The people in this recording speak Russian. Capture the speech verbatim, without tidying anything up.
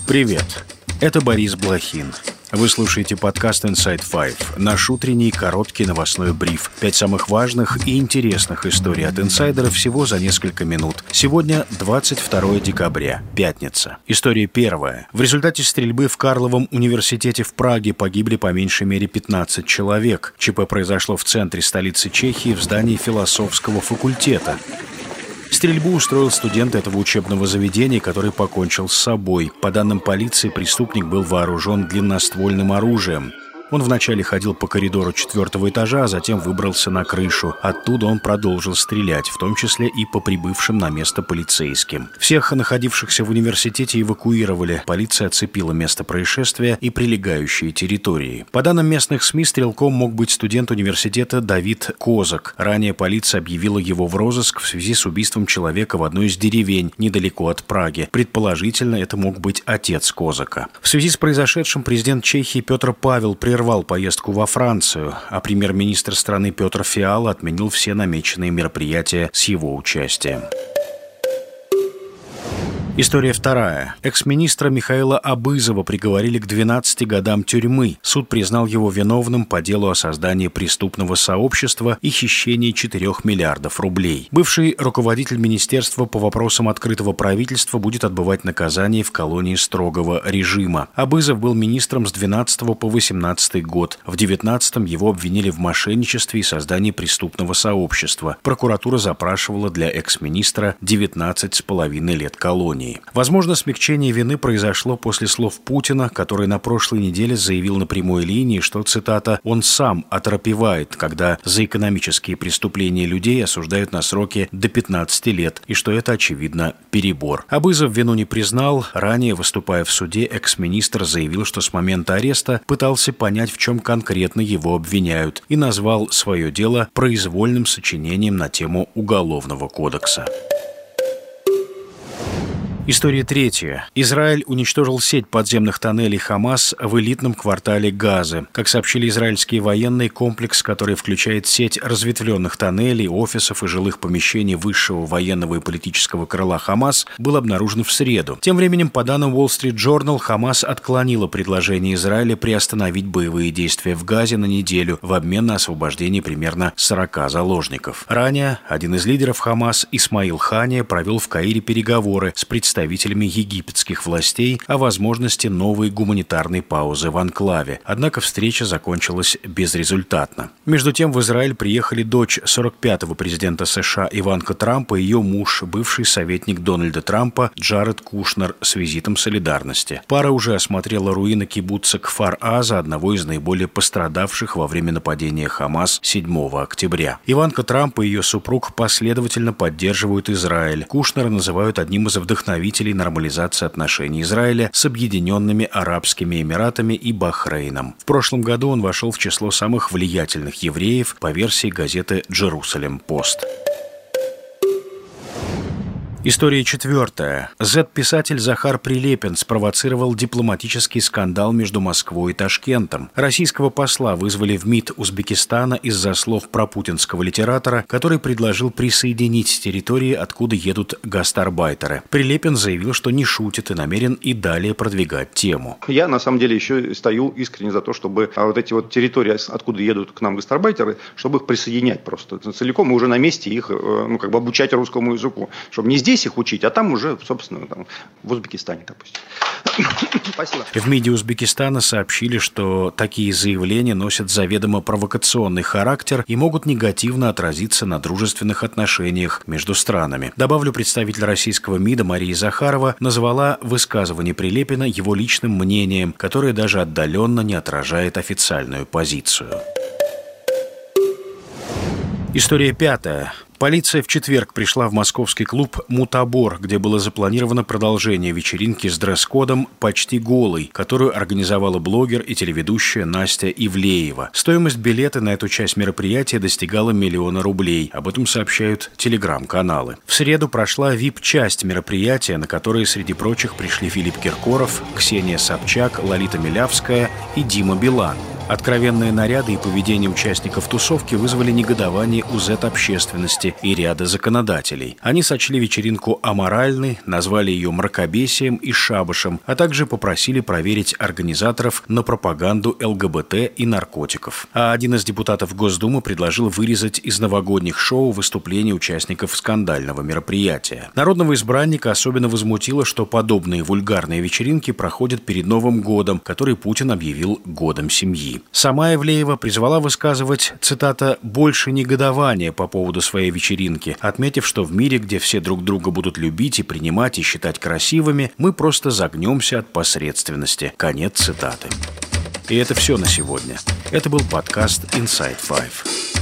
Привет, это Борис Блохин. Вы слушаете подкаст Inside Five, наш утренний короткий новостной бриф. Пять самых важных и интересных историй от инсайдера всего за несколько минут. Сегодня двадцать второе декабря, пятница. История первая. В результате стрельбы в Карловом университете в Праге погибли по меньшей мере пятнадцать человек. ЧП произошло в центре столицы Чехии в здании философского факультета. Стрельбу устроил студент этого учебного заведения, который покончил с собой. По данным полиции, преступник был вооружен длинноствольным оружием. Он вначале ходил по коридору четвертого этажа, а затем выбрался на крышу. Оттуда он продолжил стрелять, в том числе и по прибывшим на место полицейским. Всех находившихся в университете эвакуировали. Полиция оцепила место происшествия и прилегающие территории. По данным местных СМИ, стрелком мог быть студент университета Давид Козак. Ранее полиция объявила его в розыск в связи с убийством человека в одной из деревень недалеко от Праги. Предположительно, это мог быть отец Козака. В связи с произошедшим президент Чехии Петр Павел прервал поездку во Францию, а премьер-министр страны Петр Фиала отменил все намеченные мероприятия с его участием. История вторая. Экс-министра Михаила Абызова приговорили к двенадцати годам тюрьмы. Суд признал его виновным по делу о создании преступного сообщества и хищении четырёх миллиардов рублей. Бывший руководитель Министерства по вопросам открытого правительства будет отбывать наказание в колонии строгого режима. Абызов был министром с двенадцатого по восемнадцатый год. В девятнадцатом его обвинили в мошенничестве и создании преступного сообщества. Прокуратура запрашивала для экс-министра девятнадцать с половиной лет колонии. Возможно, смягчение вины произошло после слов Путина, который на прошлой неделе заявил на прямой линии, что, цитата, «он сам оторопевает, когда за экономические преступления людей осуждают на сроки до пятнадцати лет, и что это, очевидно, перебор». Абызов вину не признал. Ранее, выступая в суде, экс-министр заявил, что с момента ареста пытался понять, в чем конкретно его обвиняют, и назвал свое дело произвольным сочинением на тему Уголовного кодекса. История третья. Израиль уничтожил сеть подземных тоннелей Хамас в элитном квартале Газы. Как сообщили израильские военные, комплекс, который включает сеть разветвленных тоннелей, офисов и жилых помещений высшего военного и политического крыла Хамас, был обнаружен в среду. Тем временем, по данным Wall Street Journal, Хамас отклонила предложение Израиля приостановить боевые действия в Газе на неделю в обмен на освобождение примерно сорока заложников. Ранее один из лидеров Хамас, Исмаил Хания, провел в Каире переговоры с представителями представителями египетских властей о возможности новой гуманитарной паузы в анклаве. Однако встреча закончилась безрезультатно. Между тем в Израиль приехали дочь сорок пятого президента США Иванка Трампа и ее муж, бывший советник Дональда Трампа Джаред Кушнер, с визитом солидарности. Пара уже осмотрела руины кибуца Кфар-Аза, одного из наиболее пострадавших во время нападения Хамас седьмого октября. Иванка Трамп и ее супруг последовательно поддерживают Израиль. Кушнера называют одним из вдохновителей нормализации отношений Израиля с Объединенными Арабскими Эмиратами и Бахрейном. В прошлом году он вошел в число самых влиятельных евреев по версии газеты «Джерусалем Пост». История четвертая. Зет-писатель Захар Прилепин спровоцировал дипломатический скандал между Москвой и Ташкентом. Российского посла вызвали в МИД Узбекистана из-за слов пропутинского литератора, который предложил присоединить территории, откуда едут гастарбайтеры. Прилепин заявил, что не шутит и намерен и далее продвигать тему. Я, на самом деле, еще стою искренне за то, чтобы вот эти вот территории, откуда едут к нам гастарбайтеры, чтобы их присоединять просто целиком и уже на месте их, ну, как бы обучать русскому языку. Чтобы не здесь их учить, а там уже, собственно, там, в Узбекистане, допустим. Спасибо. В МИДе Узбекистана сообщили, что такие заявления носят заведомо провокационный характер и могут негативно отразиться на дружественных отношениях между странами. Добавлю, представитель российского МИДа Мария Захарова назвала высказывание Прилепина его личным мнением, которое даже отдаленно не отражает официальную позицию. История пятая. Полиция в четверг пришла в московский клуб «Мутабор», где было запланировано продолжение вечеринки с дресс-кодом «Почти голый», которую организовала блогер и телеведущая Настя Ивлеева. Стоимость билета на эту часть мероприятия достигала миллиона рублей. Об этом сообщают телеграм-каналы. В среду прошла ви ай пи-часть мероприятия, на которой, среди прочих, пришли Филипп Киркоров, Ксения Собчак, Лолита Милявская и Дима Билан. Откровенные наряды и поведение участников тусовки вызвали негодование у зет-общественности и ряда законодателей. Они сочли вечеринку аморальной, назвали ее мракобесием и шабашем, а также попросили проверить организаторов на пропаганду эл гэ бэ тэ и наркотиков. А один из депутатов Госдумы предложил вырезать из новогодних шоу выступления участников скандального мероприятия. Народного избранника особенно возмутило, что подобные вульгарные вечеринки проходят перед Новым годом, который Путин объявил годом семьи. Сама Ивлеева призвала высказывать, цитата, «больше негодования по поводу своей вечеринки», отметив, что в мире, где все друг друга будут любить и принимать и считать красивыми, мы просто загнемся от посредственности. Конец цитаты. И это все на сегодня. Это был подкаст «Инсайд пять».